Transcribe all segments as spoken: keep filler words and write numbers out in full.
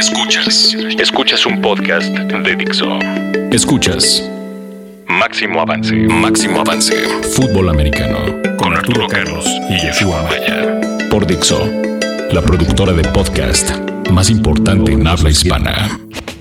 Escuchas, escuchas un podcast de Dixo. Escuchas Máximo Avance, Máximo Avance. Fútbol americano con Arturo Carlos y Yeshua Maya. Por Dixo, la productora de podcast más importante en habla hispana.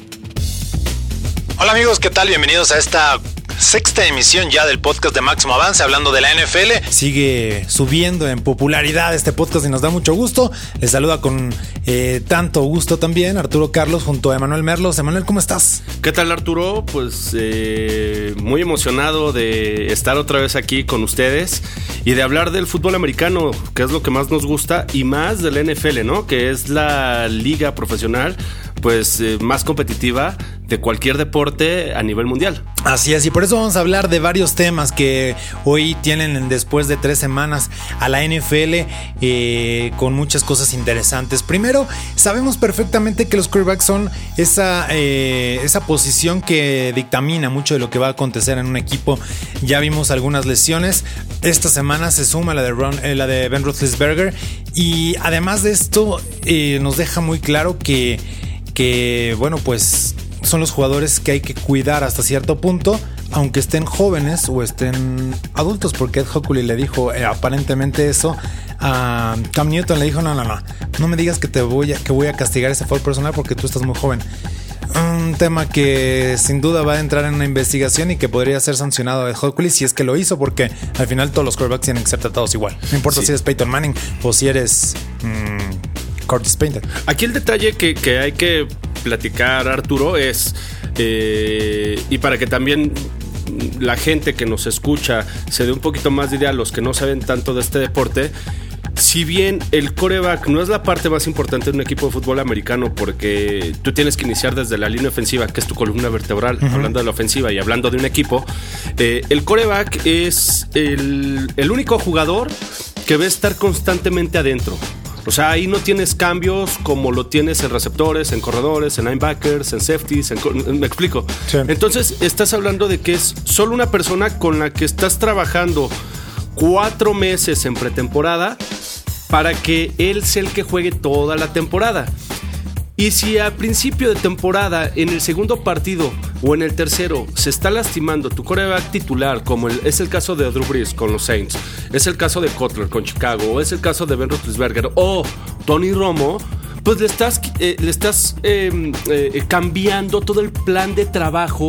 Hola amigos, ¿qué tal? Bienvenidos a esta sexta emisión ya del podcast de Máximo Avance, hablando de la N F L. Sigue subiendo en popularidad este podcast y nos da mucho gusto. Les saluda con eh, tanto gusto también Arturo Carlos junto a Emanuel Merlos. Emanuel, ¿cómo estás? ¿Qué tal, Arturo? Pues eh, muy emocionado de estar otra vez aquí con ustedes y de hablar del fútbol americano, que es lo que más nos gusta, y más de la N F L, ¿no? Que es la liga profesional pues eh, más competitiva de cualquier deporte a nivel mundial. Así es, y por eso vamos a hablar de varios temas que hoy tienen después de tres semanas a la N F L eh, con muchas cosas interesantes. Primero, sabemos perfectamente que los quarterbacks son esa, eh, esa posición que dictamina mucho de lo que va a acontecer en un equipo. Ya vimos algunas lesiones. Esta semana se suma la de, Ron, eh, la de Ben Roethlisberger, y además de esto eh, nos deja muy claro que, que bueno, pues son los jugadores que hay que cuidar hasta cierto punto, aunque estén jóvenes o estén adultos, porque Ed Hochuli le dijo eh, aparentemente eso a Cam Newton. Le dijo, no, no, no, no me digas que te voy a, que voy a castigar ese foul personal porque tú estás muy joven. Un tema que sin duda va a entrar en una investigación y que podría ser sancionado a Ed Hochuli si es que lo hizo, porque al final todos los quarterbacks tienen que ser tratados igual. No importa sí. si eres Peyton Manning o si eres mmm, Curtis Painter. Aquí el detalle que, que hay que platicar, Arturo, es eh, y para que también la gente que nos escucha se dé un poquito más de idea, los que no saben tanto de este deporte. Si bien el quarterback no es la parte más importante de un equipo de fútbol americano, porque tú tienes que iniciar desde la línea ofensiva, que es tu columna vertebral, uh-huh. hablando de la ofensiva y hablando de un equipo, eh, el quarterback es el, el único jugador que va a estar constantemente adentro. O sea, ahí no tienes cambios como lo tienes en receptores, en corredores, en linebackers, en safeties, en, me explico. Sí. Entonces, estás hablando de que es solo una persona con la que estás trabajando cuatro meses en pretemporada para que él sea el que juegue toda la temporada. Y si al principio de temporada, en el segundo partido o en el tercero, se está lastimando tu quarterback titular, como el, es el caso de Drew Brees con los Saints, es el caso de Cutler con Chicago, o es el caso de Ben Roethlisberger o Tony Romo, pues le estás, eh, le estás eh, eh, cambiando todo el plan de trabajo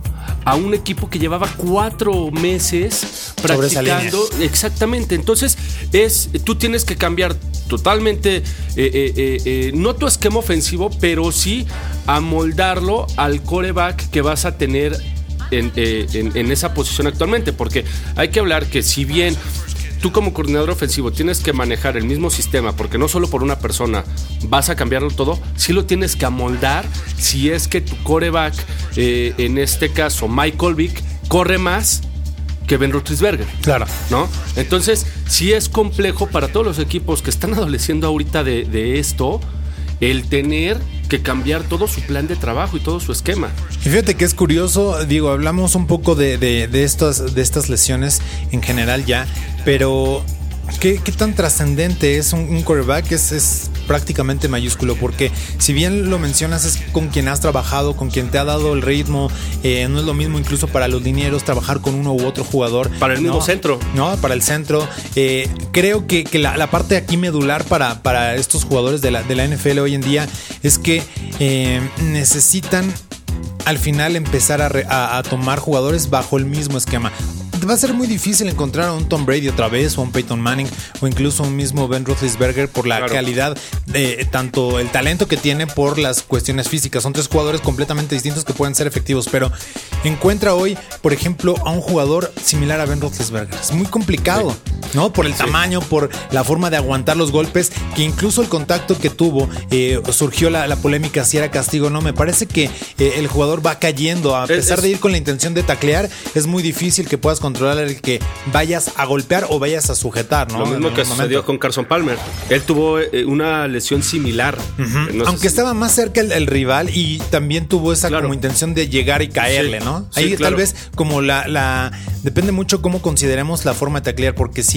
a un equipo que llevaba cuatro meses practicando. Exactamente. Entonces, es, tú tienes que cambiar totalmente, eh, eh, eh, eh, no tu esquema ofensivo, pero sí amoldarlo al quarterback que vas a tener en, eh, en, en esa posición actualmente. Porque hay que hablar que si bien tú como coordinador ofensivo tienes que manejar el mismo sistema, porque no solo por una persona vas a cambiarlo todo, sí lo tienes que amoldar si es que tu quarterback, eh, en este caso Michael Vick, corre más que Ben Roethlisberger. Claro. ¿No? Entonces, sí es complejo para todos los equipos que están adoleciendo ahorita de, de esto, el tener que cambiar todo su plan de trabajo y todo su esquema. Y fíjate que es curioso, digo, hablamos un poco de, de, de, estas, de estas lesiones en general ya, pero ¿qué, qué tan trascendente es un, un quarterback? Es, es prácticamente mayúsculo, porque si bien lo mencionas, es con quien has trabajado, con quien te ha dado el ritmo. Eh, no es lo mismo incluso para los linieros trabajar con uno u otro jugador. Para el mismo no, centro. No, para el centro. Eh, creo que, que la, la parte aquí medular para, para estos jugadores de la, de la N F L hoy en día es que eh, necesitan al final empezar a, re, a, a tomar jugadores bajo el mismo esquema. Va a ser muy difícil encontrar a un Tom Brady otra vez, o a un Peyton Manning, o incluso a un mismo Ben Roethlisberger por la claro. calidad de tanto el talento que tiene por las cuestiones físicas. Son tres jugadores completamente distintos que pueden ser efectivos, pero encuentra hoy, por ejemplo, a un jugador similar a Ben Roethlisberger. Es muy complicado, sí. ¿no? Por el sí. tamaño, por la forma de aguantar los golpes, que incluso el contacto que tuvo, eh, surgió la, la polémica si era castigo o no. Me parece que eh, el jugador va cayendo, a pesar es, de ir con la intención de taclear, es muy difícil que puedas controlar el que vayas a golpear o vayas a sujetar, ¿no? Lo mismo que sucedió con Carson Palmer. Él tuvo eh, una lesión similar. Uh-huh. No Aunque si... estaba más cerca el, el rival, y también tuvo esa claro. como intención de llegar y caerle, sí. ¿no? Ahí sí, claro. tal vez como la, la... Depende mucho cómo consideremos la forma de taclear, porque si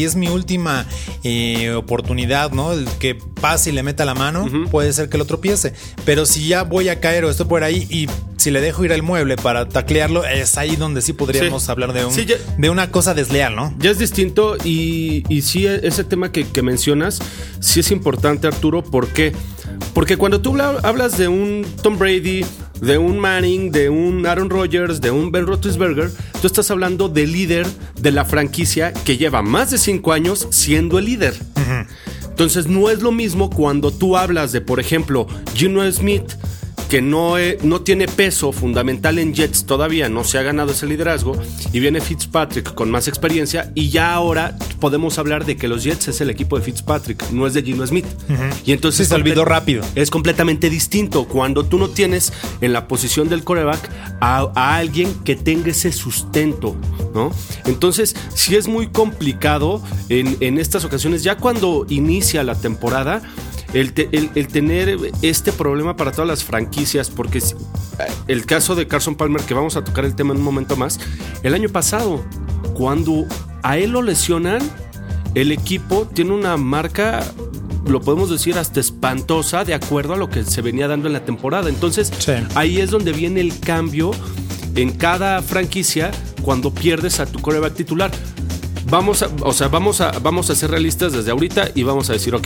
si es mi última eh, oportunidad, ¿no? El que pase y le meta la mano, uh-huh. puede ser que lo tropiece. Pero si ya voy a caer o estoy por ahí y si le dejo ir al mueble para taclearlo, es ahí donde sí podríamos sí. hablar de, un, sí, ya, de una cosa desleal, ¿no? Ya es distinto y, y sí, ese tema que, que mencionas, sí es importante, Arturo. ¿Por qué? Porque cuando tú hablas de un Tom Brady, de un Manning, de un Aaron Rodgers, de un Ben Roethlisberger, tú estás hablando del líder de la franquicia que lleva más de cinco años siendo el líder. Uh-huh. Entonces no es lo mismo cuando tú hablas de, por ejemplo, Geno Smith, que no, eh, no tiene peso fundamental en Jets todavía, no se ha ganado ese liderazgo, y viene Fitzpatrick con más experiencia, y ya ahora podemos hablar de que los Jets es el equipo de Fitzpatrick, no es de Geno Smith. Uh-huh. Y entonces sí, se olvidó rápido. Es completamente distinto cuando tú no tienes en la posición del quarterback a, a alguien que tenga ese sustento, ¿no? Entonces sí es muy complicado en, en estas ocasiones, ya cuando inicia la temporada, El, te, el, el tener este problema para todas las franquicias, porque el caso de Carson Palmer, que vamos a tocar el tema en un momento más, el año pasado, cuando a él lo lesionan, el equipo tiene una marca, lo podemos decir, hasta espantosa, de acuerdo a lo que se venía dando en la temporada. Entonces, sí. ahí es donde viene el cambio en cada franquicia cuando pierdes a tu quarterback titular. Vamos a, o sea, vamos a, vamos a ser realistas desde ahorita y vamos a decir, ok,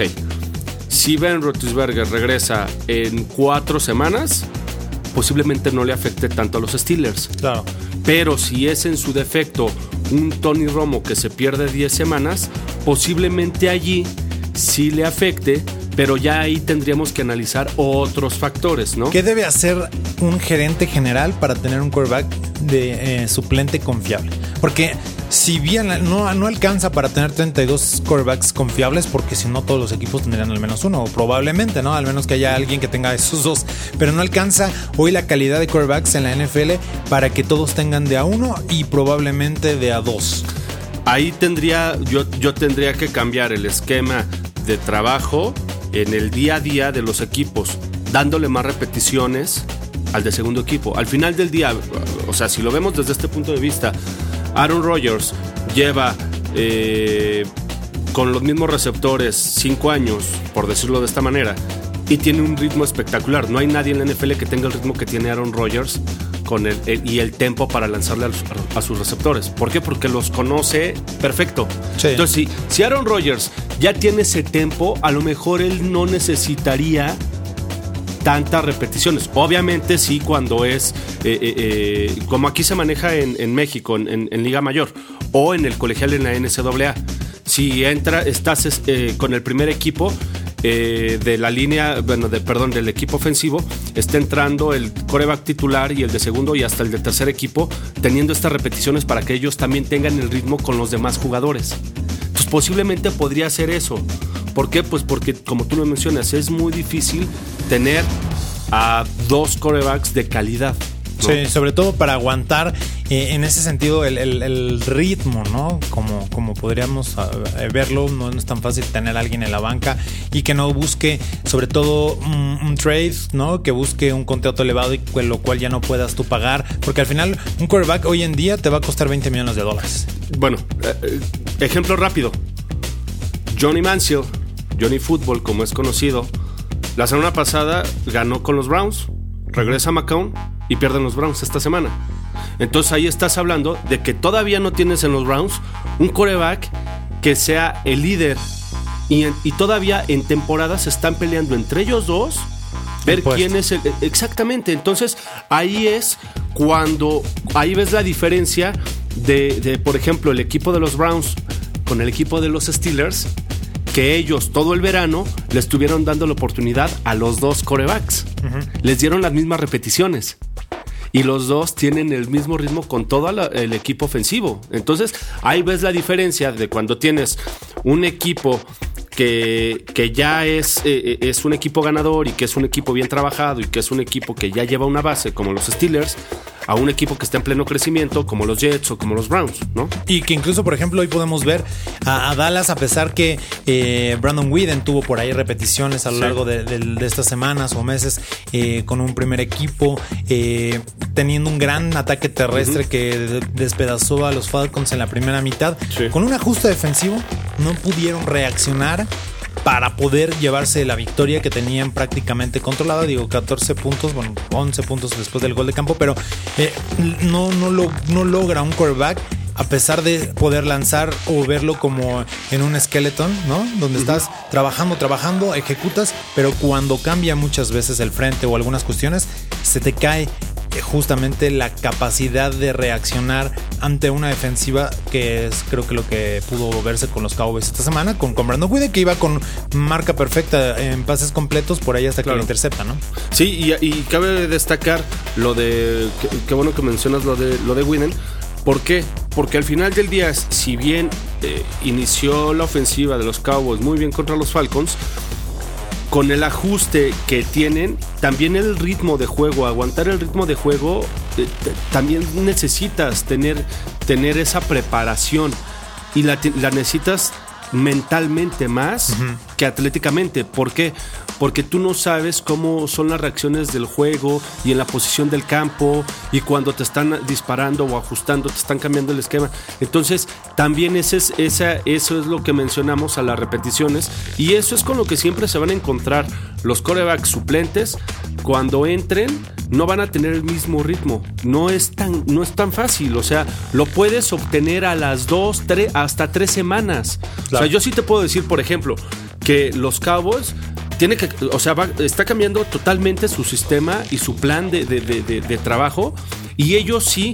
si Ben Roethlisberger regresa en cuatro semanas, posiblemente no le afecte tanto a los Steelers. Claro. Pero si es en su defecto un Tony Romo que se pierde diez semanas, posiblemente allí sí le afecte, pero ya ahí tendríamos que analizar otros factores, ¿no? ¿Qué debe hacer un gerente general para tener un quarterback de eh, suplente confiable? Porque si bien no, no alcanza para tener treinta y dos quarterbacks confiables, porque si no todos los equipos tendrían al menos uno, o probablemente, ¿no? Al menos que haya alguien que tenga esos dos, pero no alcanza hoy la calidad de quarterbacks en la N F L para que todos tengan de a uno y probablemente de a dos. Ahí tendría, yo, yo tendría que cambiar el esquema de trabajo en el día a día de los equipos, dándole más repeticiones al de segundo equipo. Al final del día, o sea, si lo vemos desde este punto de vista, Aaron Rodgers lleva eh, con los mismos receptores cinco años, por decirlo de esta manera, y tiene un ritmo espectacular. No hay nadie en la N F L que tenga el ritmo que tiene Aaron Rodgers con el, el, y el tempo para lanzarle a, los, a sus receptores. ¿Por qué? Porque los conoce perfecto. Sí. Entonces, si, si Aaron Rodgers ya tiene ese tempo, a lo mejor él no necesitaría tantas repeticiones. Obviamente sí, cuando es eh, eh, eh, como aquí se maneja en, en México, en, en, en Liga Mayor o en el colegial en la N C A A. Si entra, estás eh, con el primer equipo eh, de la línea, bueno, de, perdón, del equipo ofensivo, está entrando el quarterback titular y el de segundo y hasta el de tercer equipo, teniendo estas repeticiones para que ellos también tengan el ritmo con los demás jugadores. Entonces posiblemente podría ser eso. ¿Por qué? Pues porque, como tú lo mencionas, es muy difícil tener a dos quarterbacks de calidad, ¿no? Sí, sobre todo para aguantar eh, en ese sentido el, el, el ritmo, ¿no? Como, como podríamos uh, verlo, no, no es tan fácil tener a alguien en la banca y que no busque, sobre todo, un, un trade, ¿no? Que busque un contrato elevado y con lo cual ya no puedas tú pagar, porque al final un quarterback hoy en día te va a costar veinte millones de dólares. Bueno, eh, ejemplo rápido. Johnny Manziel, Johnny Football, como es conocido, la semana pasada ganó con los Browns, regresa a McCown y pierden los Browns esta semana. Entonces ahí estás hablando de que todavía no tienes en los Browns un quarterback que sea el líder y, en, y todavía en temporadas se están peleando entre ellos dos ver quién es el... Exactamente, entonces ahí es cuando ahí ves la diferencia de, de, por ejemplo, el equipo de los Browns con el equipo de los Steelers, que ellos todo el verano le estuvieron dando la oportunidad a los dos quarterbacks. Uh-huh. Les dieron las mismas repeticiones y los dos tienen el mismo ritmo con todo la, el equipo ofensivo. Entonces ahí ves la diferencia de cuando tienes un equipo que, que ya es, eh, es un equipo ganador y que es un equipo bien trabajado y que es un equipo que ya lleva una base como los Steelers, a un equipo que está en pleno crecimiento como los Jets o como los Browns, ¿no? Y que incluso, por ejemplo, hoy podemos ver a, a Dallas, a pesar que eh, Brandon Whedon tuvo por ahí repeticiones a lo sí. largo de, de, de estas semanas o meses eh, con un primer equipo, eh, teniendo un gran ataque terrestre uh-huh. que despedazó a los Falcons en la primera mitad, sí. con un ajuste defensivo no pudieron reaccionar para poder llevarse la victoria que tenían prácticamente controlada. Digo, catorce puntos, bueno, once puntos después del gol de campo, pero eh, no, no, lo, no logra un quarterback, a pesar de poder lanzar o verlo como en un skeleton, ¿no? Donde uh-huh. estás trabajando, trabajando, ejecutas, pero cuando cambia muchas veces el frente o algunas cuestiones, se te cae justamente la capacidad de reaccionar ante una defensiva, que es creo que lo que pudo verse con los Cowboys esta semana, con, con Brandon Whedon, que iba con marca perfecta en pases completos por ahí hasta claro. que lo intercepta, ¿no? Sí, y, y cabe destacar lo de, qué bueno que mencionas lo de, lo de Whedon. ¿Por qué? Porque al final del día, si bien eh, inició la ofensiva de los Cowboys muy bien contra los Falcons, con el ajuste que tienen, también el ritmo de juego, aguantar el ritmo de juego, eh, t- también necesitas tener, tener esa preparación y la, la necesitas mentalmente más uh-huh. que atléticamente. ¿Por qué? Porque tú no sabes cómo son las reacciones del juego y en la posición del campo, y cuando te están disparando o ajustando, te están cambiando el esquema. Entonces también ese es, esa, eso es lo que mencionamos a las repeticiones, y eso es con lo que siempre se van a encontrar los quarterbacks suplentes. Cuando entren no van a tener el mismo ritmo, no es tan, no es tan fácil. O sea, lo puedes obtener a las dos, tres, hasta tres semanas. Claro. O sea, yo sí te puedo decir, por ejemplo, que los Cowboys tiene que, o sea, va, está cambiando totalmente su sistema y su plan de, de, de, de, de trabajo, y ellos sí,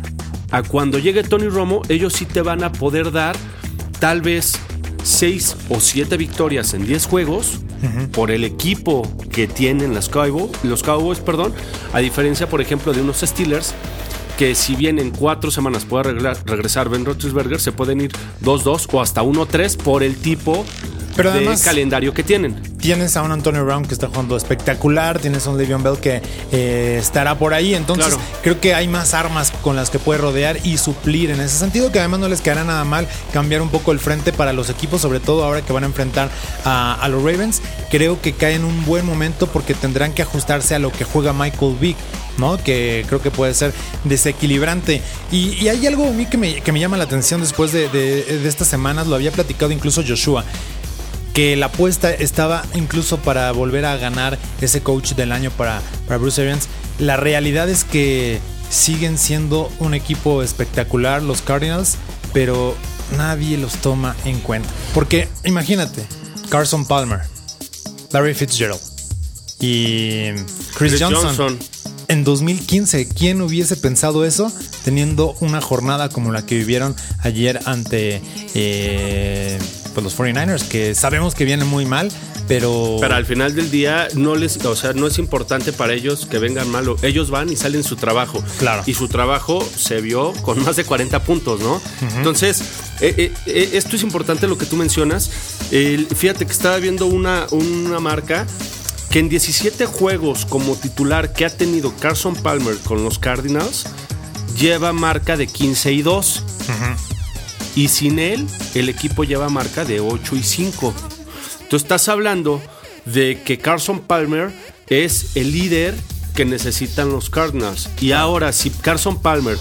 a cuando llegue Tony Romo, ellos sí te van a poder dar tal vez seis o siete victorias en diez juegos uh-huh. por el equipo que tienen los Cowboys, los Cowboys, perdón, a diferencia, por ejemplo, de unos Steelers, que si bien en cuatro semanas puede regresar Ben Roethlisberger, se pueden ir dos dos o hasta uno tres por el tipo Pero de además, calendario que tienen. Tienes a un Antonio Brown que está jugando espectacular, tienes a un Le'Veon Bell que eh, estará por ahí, entonces claro. creo que hay más armas con las que puede rodear y suplir en ese sentido, que además no les quedará nada mal cambiar un poco el frente para los equipos, sobre todo ahora que van a enfrentar a, a los Ravens. Creo que cae en un buen momento porque tendrán que ajustarse a lo que juega Michael Vick, ¿no? Que creo que puede ser desequilibrante. Y, y hay algo a mí que me, que me llama la atención después de, de, de estas semanas, lo había platicado incluso Joshua, que la apuesta estaba incluso para volver a ganar ese coach del año para, para Bruce Arians. La realidad es que siguen siendo un equipo espectacular los Cardinals, pero nadie los toma en cuenta. Porque imagínate, Carson Palmer, Larry Fitzgerald y Chris, Chris Johnson. Johnson en dos mil quince, ¿quién hubiese pensado eso teniendo una jornada como la que vivieron ayer ante eh, pues los cuarenta y nueve ers, que sabemos que vienen muy mal, pero pero al final del día no les, o sea, no es importante para ellos que vengan mal. Ellos van y salen su trabajo. Claro. Y su trabajo se vio con más de cuarenta puntos, ¿no? Uh-huh. Entonces, eh, eh, esto es importante lo que tú mencionas. Eh, fíjate que estaba viendo una, una marca que en diecisiete juegos como titular que ha tenido Carson Palmer con los Cardinals, lleva marca de quince y dos. Uh-huh. Y sin él, el equipo lleva marca de ocho y cinco. Tú estás hablando de que Carson Palmer es el líder que necesitan los Cardinals. Y ahora, si Carson Palmer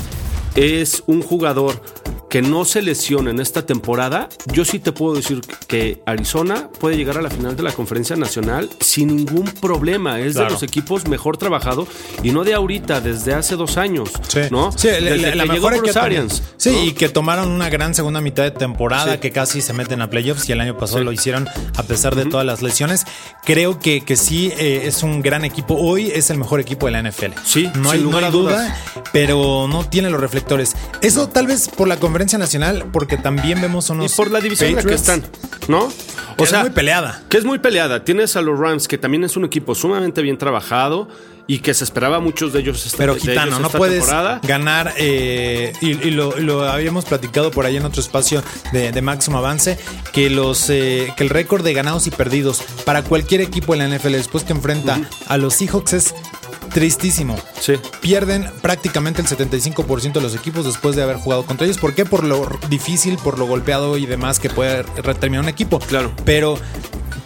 es un jugador que no se lesione en esta temporada, yo sí te puedo decir que Arizona puede llegar a la final de la Conferencia Nacional sin ningún problema. Es claro. de los equipos mejor trabajado, y no de ahorita, desde hace dos años, sí. ¿no? Sí, desde la, la que mejor llegó Bruce que Arians, sí, ¿no? Y que tomaron una gran segunda mitad de temporada, sí. que casi se meten a playoffs, y el año pasado sí. lo hicieron a pesar de uh-huh. todas las lesiones. Creo que, que sí eh, es un gran equipo. Hoy es el mejor equipo de la N F L. Sí, no hay, no hay duda, pero no tiene los reflectores. Eso no. tal vez por la Conferencia Nacional, porque también vemos unos y por la división en la que están, ¿no? O que sea, es muy peleada. Que es muy peleada. Tienes a los Rams, que también es un equipo sumamente bien trabajado y que se esperaba muchos de ellos esta, Pero Gitano, de ellos no esta puedes temporada. ganar eh, y, y, lo, y lo habíamos platicado por ahí en otro espacio de, de Máximo Avance, que los eh, que el récord de ganados y perdidos para cualquier equipo en la N F L después que enfrenta uh-huh. a los Seahawks es tristísimo. Sí. Pierden prácticamente el setenta y cinco por ciento de los equipos después de haber jugado contra ellos. ¿Por qué? Por lo difícil, por lo golpeado y demás que puede terminar un equipo. Claro. Pero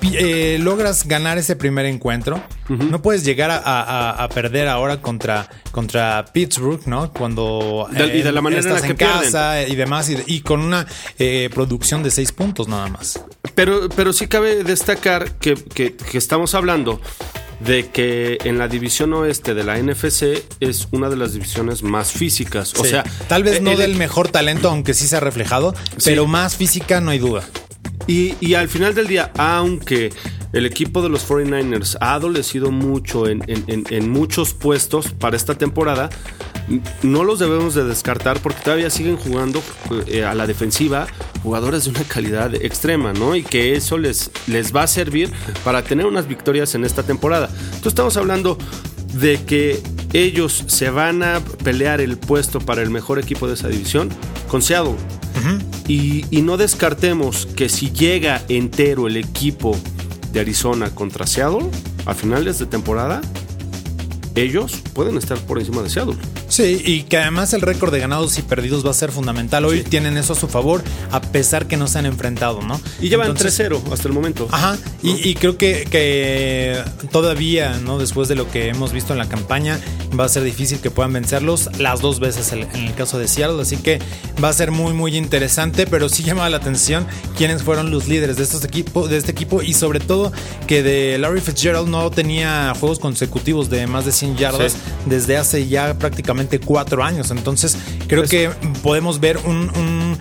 eh, logras ganar ese primer encuentro, uh-huh. no puedes llegar a, a, a perder ahora contra, contra Pittsburgh, ¿no? Cuando de, eh, y de la manera estás en, la en que casa pierden. y demás, y, y con una eh, producción de seis puntos nada más. Pero, pero sí cabe destacar que, que, que estamos hablando de que en la división oeste de la N F C es una de las divisiones más físicas. O sí. sea, tal vez no el, del mejor talento, aunque sí se ha reflejado, sí. pero más física no hay duda. Y, y al final del día, aunque el equipo de los cuarenta y nueve ers ha adolecido mucho en, en, en, en muchos puestos para esta temporada, no los debemos de descartar porque todavía siguen jugando eh, a la defensiva jugadores de una calidad extrema, ¿no? Y que eso les, les va a servir para tener unas victorias en esta temporada. Entonces estamos hablando de que ellos se van a pelear el puesto para el mejor equipo de esa división con Seattle. Uh-huh. Y, y no descartemos que si llega entero el equipo de Arizona contra Seattle a finales de temporada, ellos pueden estar por encima de Seattle. Sí, y que además el récord de ganados y perdidos va a ser fundamental. Hoy sí. tienen eso a su favor, a pesar que no se han enfrentado, ¿no? Y llevan tres cero hasta el momento. Ajá, ¿no? y, y creo que, que todavía, ¿no? Después de lo que hemos visto en la campaña, va a ser difícil que puedan vencerlos las dos veces en el caso de Seattle. Así que va a ser muy, muy interesante, pero sí llama la atención quiénes fueron los líderes de, estos equipos, de este equipo y sobre todo que de Larry Fitzgerald no tenía juegos consecutivos de más de cien yardas sí. desde hace ya prácticamente cuatro años. Entonces creo pues, que podemos ver un, un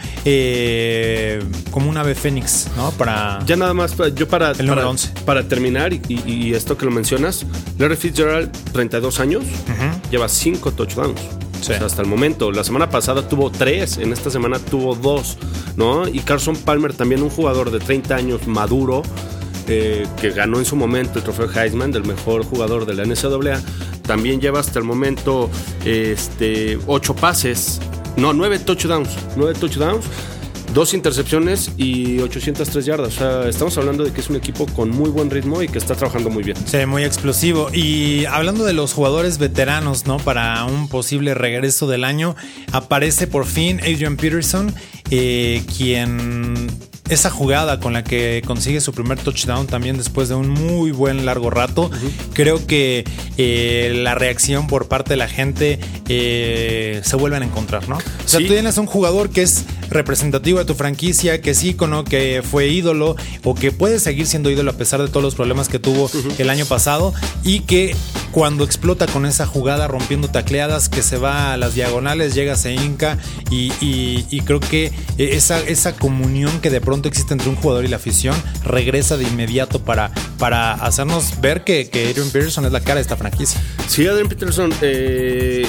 eh, como un ave fénix, ¿no? Para ya nada más yo para el número once. Para terminar y, y, y esto que lo mencionas, Larry Fitzgerald, treinta y dos años, uh-huh. lleva cinco touchdowns. Sí. O sea, hasta el momento. La semana pasada tuvo tres, en esta semana tuvo dos, ¿no? Y Carson Palmer también, un jugador de treinta años maduro, eh, que ganó en su momento el trofeo Heisman del mejor jugador de la N C A A. También lleva hasta el momento este, ocho pases, no, nueve touchdowns, nueve touchdowns, dos intercepciones y ochocientas tres yardas. O sea, estamos hablando de que es un equipo con muy buen ritmo y que está trabajando muy bien. Sí, muy explosivo. Y hablando de los jugadores veteranos, ¿no? Para un posible regreso del año, aparece por fin Adrian Peterson, eh, quien... esa jugada con la que consigue su primer touchdown también después de un muy buen largo rato, uh-huh. creo que eh, la reacción por parte de la gente eh, se vuelven a encontrar, ¿no? O sea, sí. tú tienes un jugador que es representativo de tu franquicia, que es ícono, que fue ídolo o que puede seguir siendo ídolo a pesar de todos los problemas que tuvo uh-huh. el año pasado, y que cuando explota con esa jugada rompiendo tacleadas, que se va a las diagonales, llega, se hinca y, y, y creo que esa, esa comunión que de pronto existe entre un jugador y la afición regresa de inmediato para, para hacernos ver que, que Adrian Peterson es la cara de esta franquicia. Sí, Adrian Peterson eh,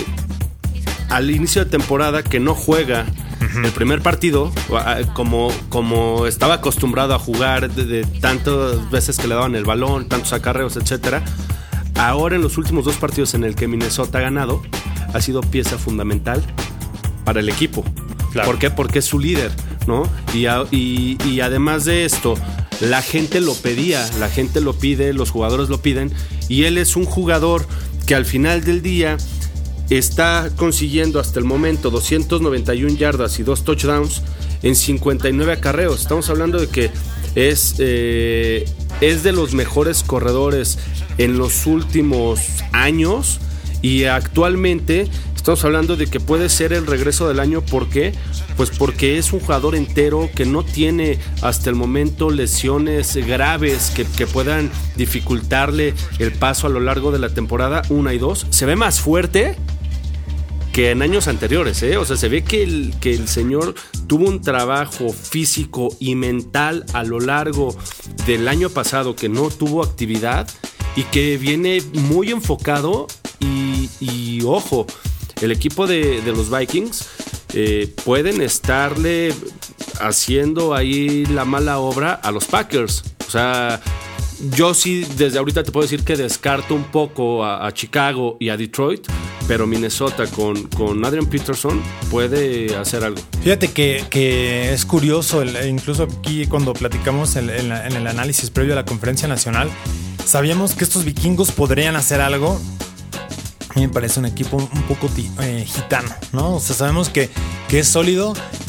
al inicio de temporada que no juega uh-huh. el primer partido como, como estaba acostumbrado a jugar de, de tantas veces que le daban el balón, tantos acarreos, etcétera. Ahora en los últimos dos partidos en el que Minnesota ha ganado, ha sido pieza fundamental para el equipo. Claro. ¿Por qué? Porque es su líder, ¿no? Y, a, y, y además de esto, la gente lo pedía, la gente lo pide, los jugadores lo piden, y él es un jugador que al final del día está consiguiendo hasta el momento doscientas noventa y una yardas y dos touchdowns en cincuenta y nueve acarreos. Estamos hablando de que es, eh, es de los mejores corredores en los últimos años, y actualmente estamos hablando de que puede ser el regreso del año. ¿Por qué? Pues porque es un jugador entero que no tiene hasta el momento lesiones graves que, que puedan dificultarle el paso a lo largo de la temporada. Una y dos, se ve más fuerte que en años anteriores, ¿eh? O sea, se ve que el, que el señor tuvo un trabajo físico y mental a lo largo del año pasado, que no tuvo actividad y que viene muy enfocado. Y, y ojo, el equipo de, de los Vikings eh, pueden estarle haciendo ahí la mala obra a los Packers. O sea, yo sí desde ahorita te puedo decir que descarto un poco a, a Chicago y a Detroit, pero Minnesota con, con Adrian Peterson puede hacer algo. Fíjate que, que es curioso, el, incluso aquí cuando platicamos en, en, la, en el análisis previo a la conferencia nacional, sabíamos que estos vikingos podrían hacer algo. A mí me parece un equipo un poco eh, gitano, ¿no? O sea, sabemos que, que es sólido,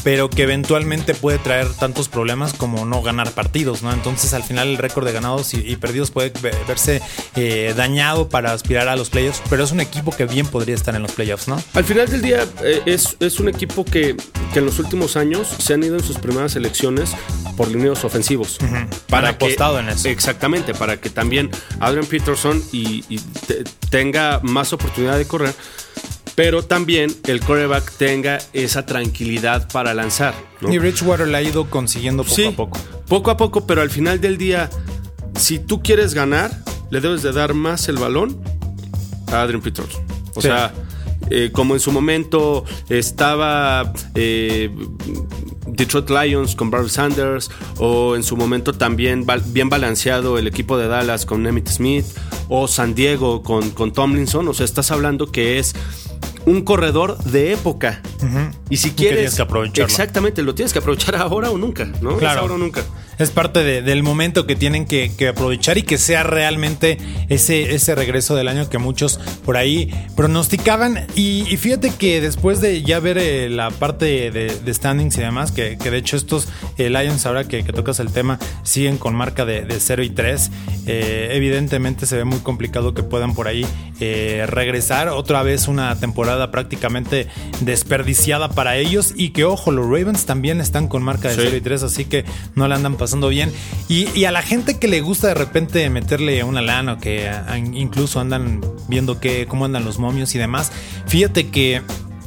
pero que eventualmente puede traer tantos problemas como no ganar partidos, ¿no? Entonces al final el récord de ganados y, y perdidos puede verse eh, dañado para aspirar a los playoffs, pero es un equipo que bien podría estar en los playoffs, ¿no? Al final del día eh, es, es un equipo que, que en los últimos años se han ido en sus primeras elecciones por lineos ofensivos. Uh-huh. Para apostado en eso. Exactamente, para que también Adrian Peterson y, y te, tenga más oportunidad de correr, pero también el quarterback tenga esa tranquilidad para lanzar, ¿no? Y Bridgewater la ha ido consiguiendo poco sí, a poco. Poco a poco, pero al final del día, si tú quieres ganar, le debes de dar más el balón a Adrian Peterson. O sí. sea, eh, como en su momento estaba eh, Detroit Lions con Barry Sanders, o en su momento también bien balanceado el equipo de Dallas con Emmitt Smith, o San Diego con, con Tomlinson. O sea, estás hablando que es un corredor de época. Uh-huh. Y si quieres, tienes que aprovecharlo. Exactamente, lo tienes que aprovechar ahora o nunca, ¿no? Claro. Es ahora o nunca. Es parte de, del momento que tienen que, que aprovechar y que sea realmente ese, ese regreso del año que muchos por ahí pronosticaban. Y, y fíjate que después de ya ver eh, la parte de, de standings y demás, que, que de hecho estos eh, Lions, ahora que, que tocas el tema, siguen con marca de, de cero y tres. Eh, evidentemente se ve muy complicado que puedan por ahí eh, regresar otra vez una temporada prácticamente desperdiciada para ellos. Y que ojo, los Ravens también están con marca de sí. cero y tres, así que no la andan pasando bien. Y, y a la gente que le gusta de repente meterle una lana, o que a, incluso andan viendo que, cómo andan los momios y demás, fíjate que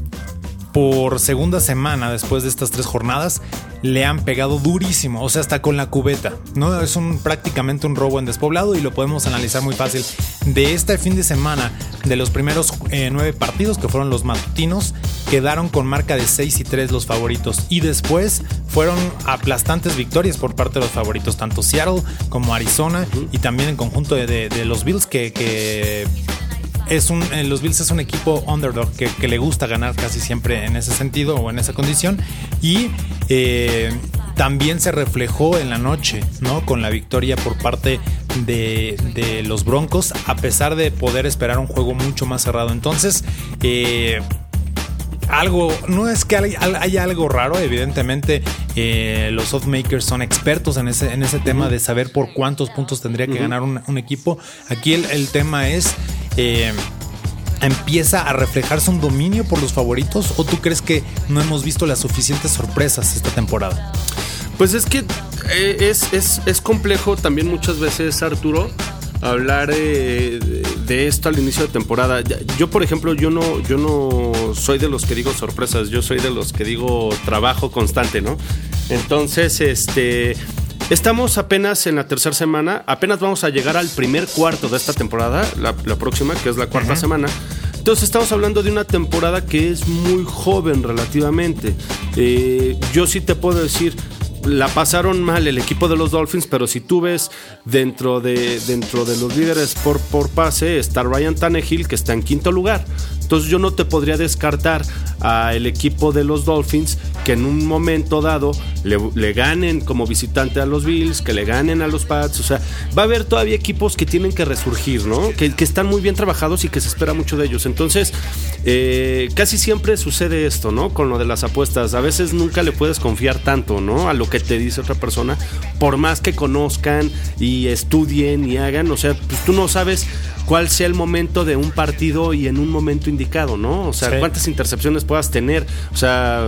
por segunda semana después de estas tres jornadas le han pegado durísimo, o sea, hasta con la cubeta, ¿no? Es un prácticamente un robo en despoblado y lo podemos analizar muy fácil. De este fin de semana, de los primeros eh, nueve partidos que fueron los matutinos, quedaron con marca de seis y tres los favoritos, y después fueron aplastantes victorias por parte de los favoritos, tanto Seattle como Arizona, y también en conjunto de, de, de los Bills, que, que es un, los Bills es un equipo underdog que, que le gusta ganar casi siempre en ese sentido o en esa condición. Y eh, también se reflejó en la noche, ¿no? Con la victoria por parte de, de los Broncos, a pesar de poder esperar un juego mucho más cerrado. Entonces, eh, algo, no es que haya algo raro, evidentemente eh, los oddmakers son expertos en ese, en ese tema de saber por cuántos puntos tendría que uh-huh. ganar un, un equipo. Aquí el, el tema es, eh, ¿empieza a reflejarse un dominio por los favoritos, o tú crees que no hemos visto las suficientes sorpresas esta temporada? Pues es que eh, es, es, es complejo también muchas veces, Arturo, hablar eh, de esto al inicio de temporada. Yo, por ejemplo, yo no, yo no soy de los que digo sorpresas, yo soy de los que digo trabajo constante, ¿no? Entonces, este, estamos apenas en la tercera semana, apenas vamos a llegar al primer cuarto de esta temporada, la, la próxima, que es la cuarta uh-huh. semana. Entonces estamos hablando de una temporada que es muy joven relativamente. Eh, yo sí te puedo decir, la pasaron mal el equipo de los Dolphins, pero si tú ves dentro de, dentro de los líderes por, por pase está Ryan Tannehill, que está en quinto lugar. Entonces yo no te podría descartar al equipo de los Dolphins que en un momento dado le, le ganen como visitante a los Bills, que le ganen a los Pats. O sea, va a haber todavía equipos que tienen que resurgir, ¿no? Que, que están muy bien trabajados y que se espera mucho de ellos. Entonces, eh, casi siempre sucede esto, ¿no? Con lo de las apuestas. A veces nunca le puedes confiar tanto, ¿no? A lo que te dice otra persona, por más que conozcan y estudien y hagan. O sea, pues tú no sabes cuál sea el momento de un partido y en un momento indicado, ¿no? O sea, sí. cuántas intercepciones puedas tener. O sea,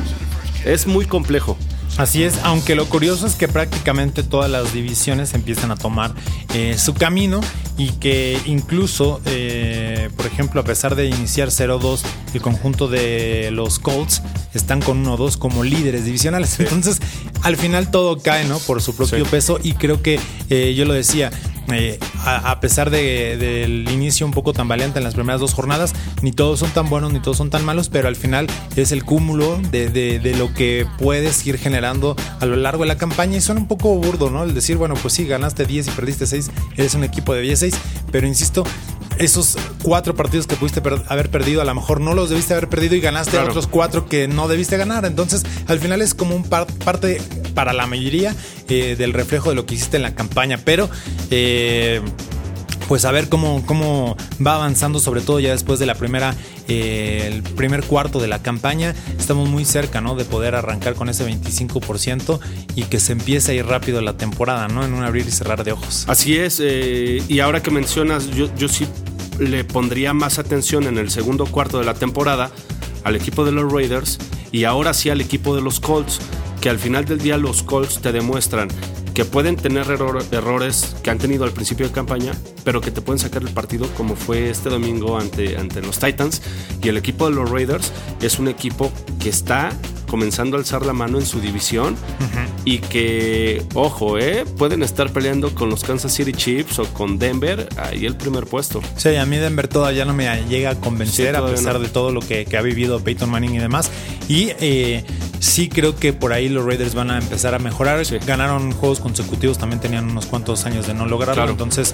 es muy complejo. Así es, aunque lo curioso es que prácticamente todas las divisiones empiezan a tomar eh, su camino, y que incluso, eh, por ejemplo, a pesar de iniciar cero dos, el conjunto de los Colts están con uno dos como líderes divisionales. Sí. Entonces, al final todo cae, ¿no? Por su propio sí. peso, y creo que eh, yo lo decía, Eh, a, a pesar de, del inicio un poco tambaleante en las primeras dos jornadas, ni todos son tan buenos ni todos son tan malos, pero al final es el cúmulo de, de, de lo que puedes ir generando a lo largo de la campaña. Y suena un poco burdo, ¿no? El decir, bueno, pues sí, ganaste diez y perdiste seis, eres un equipo de diez seis, pero insisto, esos cuatro partidos que pudiste per- haber perdido, a lo mejor no los debiste haber perdido y ganaste claro. otros cuatro que no debiste ganar. Entonces, al final es como un par- parte para la mayoría eh, del reflejo de lo que hiciste en la campaña. Pero eh, pues a ver cómo, cómo va avanzando, sobre todo ya después de la primera, eh, el primer cuarto de la campaña. Estamos muy cerca, ¿no?, de poder arrancar con ese veinticinco por ciento y que se empiece a ir rápido la temporada, ¿no?, en un abrir y cerrar de ojos. Así es, eh, y ahora que mencionas, yo, yo sí le pondría más atención en el segundo cuarto de la temporada al equipo de los Raiders y ahora sí al equipo de los Colts, que al final del día los Colts te demuestran que pueden tener error, errores que han tenido al principio de campaña, pero que te pueden sacar el partido, como fue este domingo ante, ante los Titans. Y el equipo de los Raiders es un equipo que está comenzando a alzar la mano en su división, uh-huh. y que, ojo, eh, pueden estar peleando con los Kansas City Chiefs o con Denver, ahí el primer puesto. Sí, a mí Denver todavía no me llega a convencer, sí, a pesar no. de todo lo que, que ha vivido Peyton Manning y demás. Y eh, sí creo que por ahí los Raiders van a empezar a mejorar. Sí. Ganaron juegos consecutivos, también tenían unos cuantos años de no lograrlo, claro. Entonces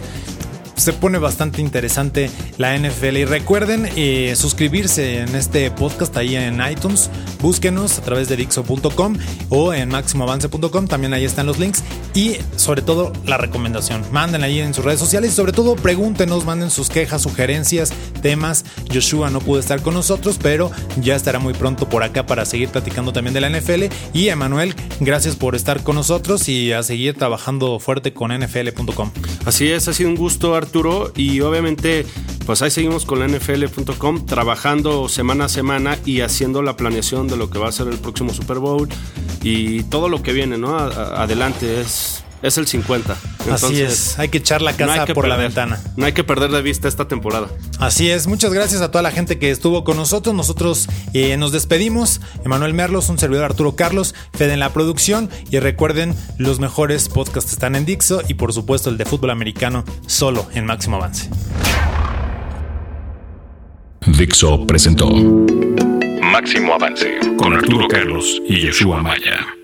se pone bastante interesante la N F L. Y recuerden eh, suscribirse en este podcast ahí en iTunes. Búsquenos a través de Dixo punto com o en máximo avance punto com. También ahí están los links. Y sobre todo la recomendación. Manden ahí en sus redes sociales. Y sobre todo pregúntenos, manden sus quejas, sugerencias, temas. Joshua no pudo estar con nosotros, pero ya estará muy pronto por acá para seguir platicando también de la N F L. Y Emanuel, gracias por estar con nosotros y a seguir trabajando fuerte con N F L punto com. Así es, ha sido un gusto, Arturo, y obviamente pues ahí seguimos con la N F L punto com trabajando semana a semana y haciendo la planeación de lo que va a ser el próximo Super Bowl y todo lo que viene, ¿no? A- a- adelante es, es el cincuenta. Entonces, así es, hay que echar la casa no por perder, la ventana. No hay que perder de vista esta temporada. Así es, muchas gracias a toda la gente que estuvo con nosotros. Nosotros eh, nos despedimos. Emanuel Merlos, un servidor Arturo Carlos, Fede en la producción. Y recuerden, los mejores podcasts están en Dixo y por supuesto el de fútbol americano solo en Máximo Avance. Dixo presentó Máximo Avance con Arturo Carlos y Yeshua Maya.